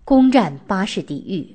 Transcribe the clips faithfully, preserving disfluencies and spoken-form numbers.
攻占巴士底狱。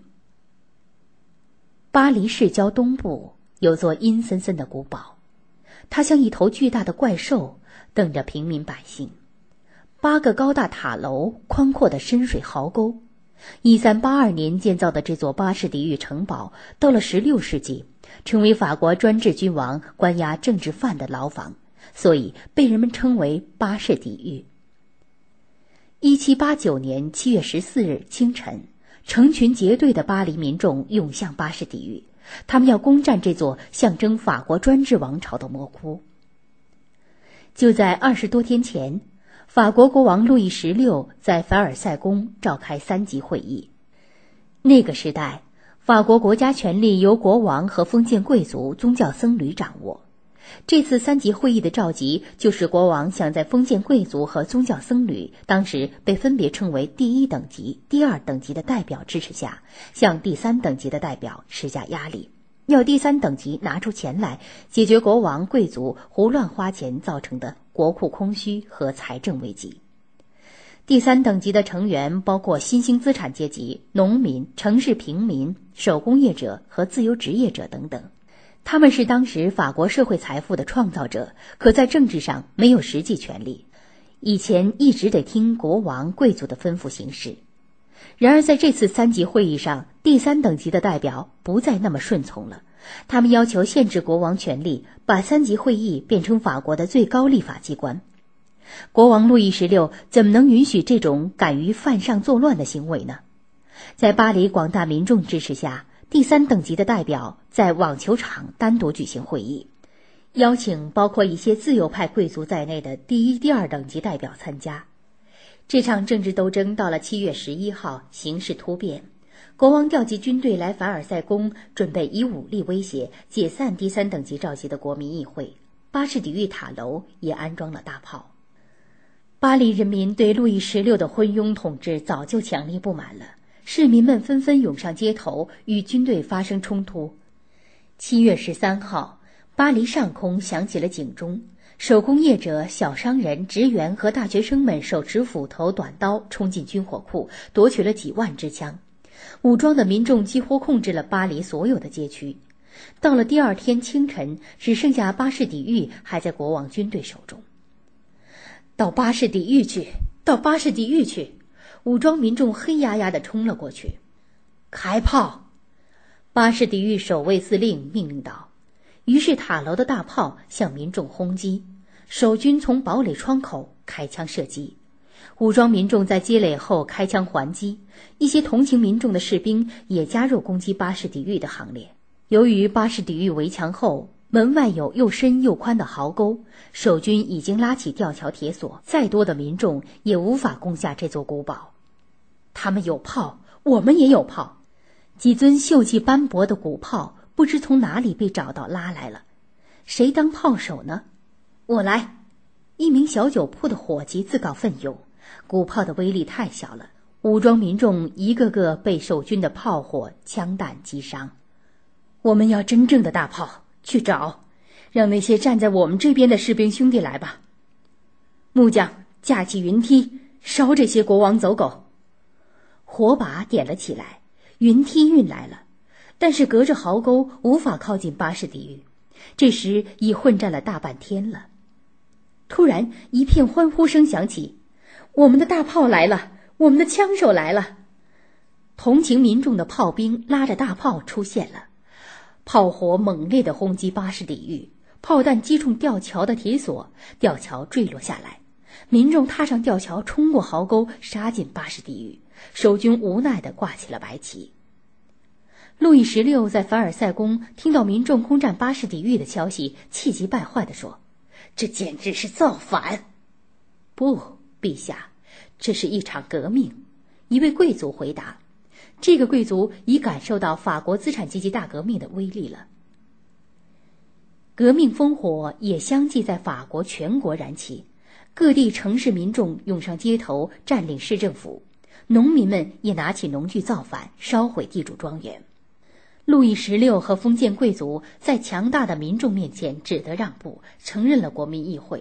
巴黎市郊东部有座阴森森的古堡，它像一头巨大的怪兽，瞪着平民百姓。八个高大塔楼，宽阔的深水壕沟。一三八二年建造的这座巴士底狱城堡，到了十六世纪，成为法国专制君王关押政治犯的牢房，所以被人们称为巴士底狱。一七八九年七月十四日清晨，成群结队的巴黎民众涌向巴士底狱，他们要攻占这座象征法国专制王朝的魔窟。就在二十多天前，法国国王路易十六在凡尔赛宫召开三级会议。那个时代，法国国家权力由国王和封建贵族、宗教僧侣掌握。这次三级会议的召集，就是国王想在封建贵族和宗教僧侣当时被分别称为第一等级、第二等级的代表支持下，向第三等级的代表施加压力，要第三等级拿出钱来解决国王、贵族胡乱花钱造成的国库空虚和财政危机。第三等级的成员包括新兴资产阶级、农民、城市平民、手工业者和自由职业者等等。他们是当时法国社会财富的创造者，可在政治上没有实际权利，以前一直得听国王、贵族的吩咐行事。然而在这次三级会议上，第三等级的代表不再那么顺从了，他们要求限制国王权力，把三级会议变成法国的最高立法机关。国王路易十六怎么能允许这种敢于犯上作乱的行为呢？在巴黎广大民众支持下，第三等级的代表在网球场单独举行会议，邀请包括一些自由派贵族在内的第一、第二等级代表参加。这场政治斗争到了七月十一号，形势突变。国王调集军队来凡尔赛宫，准备以武力威胁解散第三等级召集的国民议会。巴士底狱塔楼也安装了大炮。巴黎人民对路易十六的昏庸统治早就强烈不满了，市民们纷纷涌上街头，与军队发生冲突。七月十三号，巴黎上空响起了警钟，手工业者、小商人、职员和大学生们手持斧头、短刀冲进军火库，夺取了几万支枪。武装的民众几乎控制了巴黎所有的街区。到了第二天清晨，只剩下巴士底狱还在国王军队手中。到巴士底狱去，到巴士底狱去！武装民众黑压压地冲了过去。开炮！巴士底狱守卫司令命令道。于是塔楼的大炮向民众轰击，守军从堡垒窗口开枪射击。武装民众在积累后开枪还击，一些同情民众的士兵也加入攻击巴士底狱的行列。由于巴士底狱围墙后门外有又深又宽的壕沟，守军已经拉起吊桥铁索，再多的民众也无法攻下这座古堡。他们有炮，我们也有炮。几尊锈迹斑驳的古炮不知从哪里被找到拉来了。谁当炮手呢？我来。一名小酒铺的伙计自告奋勇。古炮的威力太小了，武装民众一个个被守军的炮火、枪弹击伤。我们要真正的大炮，去找，让那些站在我们这边的士兵兄弟来吧。木匠架起云梯，烧这些国王走狗。火把点了起来，云梯运来了，但是隔着壕沟无法靠近巴士底狱。这时已混战了大半天了。突然一片欢呼声响起，我们的大炮来了，我们的枪手来了。同情民众的炮兵拉着大炮出现了，炮火猛烈地轰击巴士底狱，炮弹击中吊桥的铁索，吊桥坠落下来，民众踏上吊桥，冲过壕沟，杀进巴士底狱。守军无奈地挂起了白旗。路易十六在凡尔赛宫听到民众攻占巴士底狱的消息，气急败坏地说：“这简直是造反！”不，陛下，这是一场革命。一位贵族回答。这个贵族已感受到法国资产阶级大革命的威力了。革命烽火也相继在法国全国燃起，各地城市民众涌上街头，占领市政府。农民们也拿起农具造反，烧毁地主庄园。路易十六和封建贵族在强大的民众面前只得让步，承认了国民议会。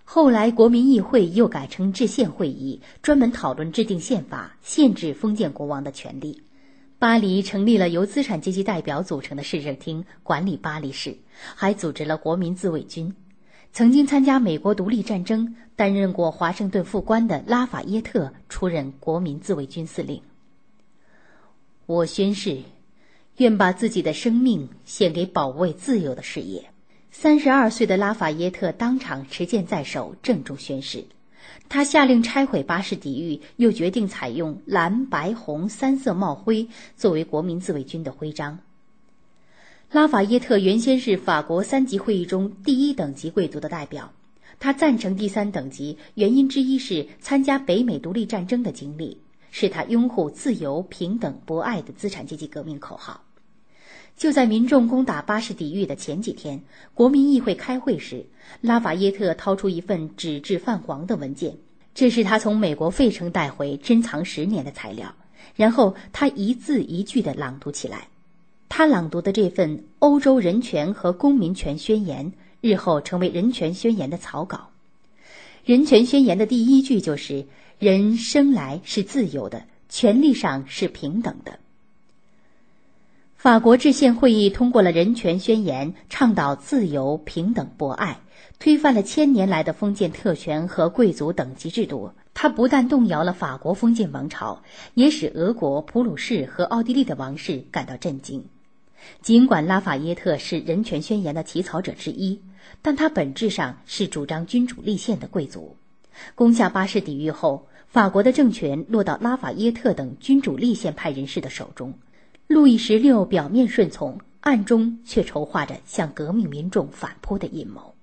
后来国民议会又改成制宪会议，专门讨论制定宪法，限制封建国王的权利。巴黎成立了由资产阶级代表组成的市政厅，管理巴黎市，还组织了国民自卫军。曾经参加美国独立战争、担任过华盛顿副官的拉法耶特出任国民自卫军司令。我宣誓，愿把自己的生命献给保卫自由的事业。三十二岁的拉法耶特当场持剑在手，郑重宣誓。他下令拆毁巴士底狱，又决定采用蓝、白、红三色帽徽作为国民自卫军的徽章。拉法耶特原先是法国三级会议中第一等级贵族的代表，他赞成第三等级，原因之一是参加北美独立战争的经历，是他拥护自由、平等、博爱的资产阶级革命口号。就在民众攻打巴士底狱的前几天，国民议会开会时，拉法耶特掏出一份纸质泛黄的文件，这是他从美国费城带回珍藏十年的材料。然后他一字一句地朗读起来。他朗读的这份《欧洲人权和公民权宣言》日后成为《人权宣言》的草稿。人权宣言的第一句就是“人生来是自由的，权利上是平等的”。法国制宪会议通过了人权宣言，倡导自由、平等、博爱，推翻了千年来的封建特权和贵族等级制度。它不但动摇了法国封建王朝，也使俄国、普鲁士和奥地利的王室感到震惊。尽管拉法耶特是人权宣言的起草者之一，但他本质上是主张君主立宪的贵族。攻下巴士底狱后，法国的政权落到拉法耶特等君主立宪派人士的手中。路易十六表面顺从，暗中却筹划着向革命民众反扑的阴谋。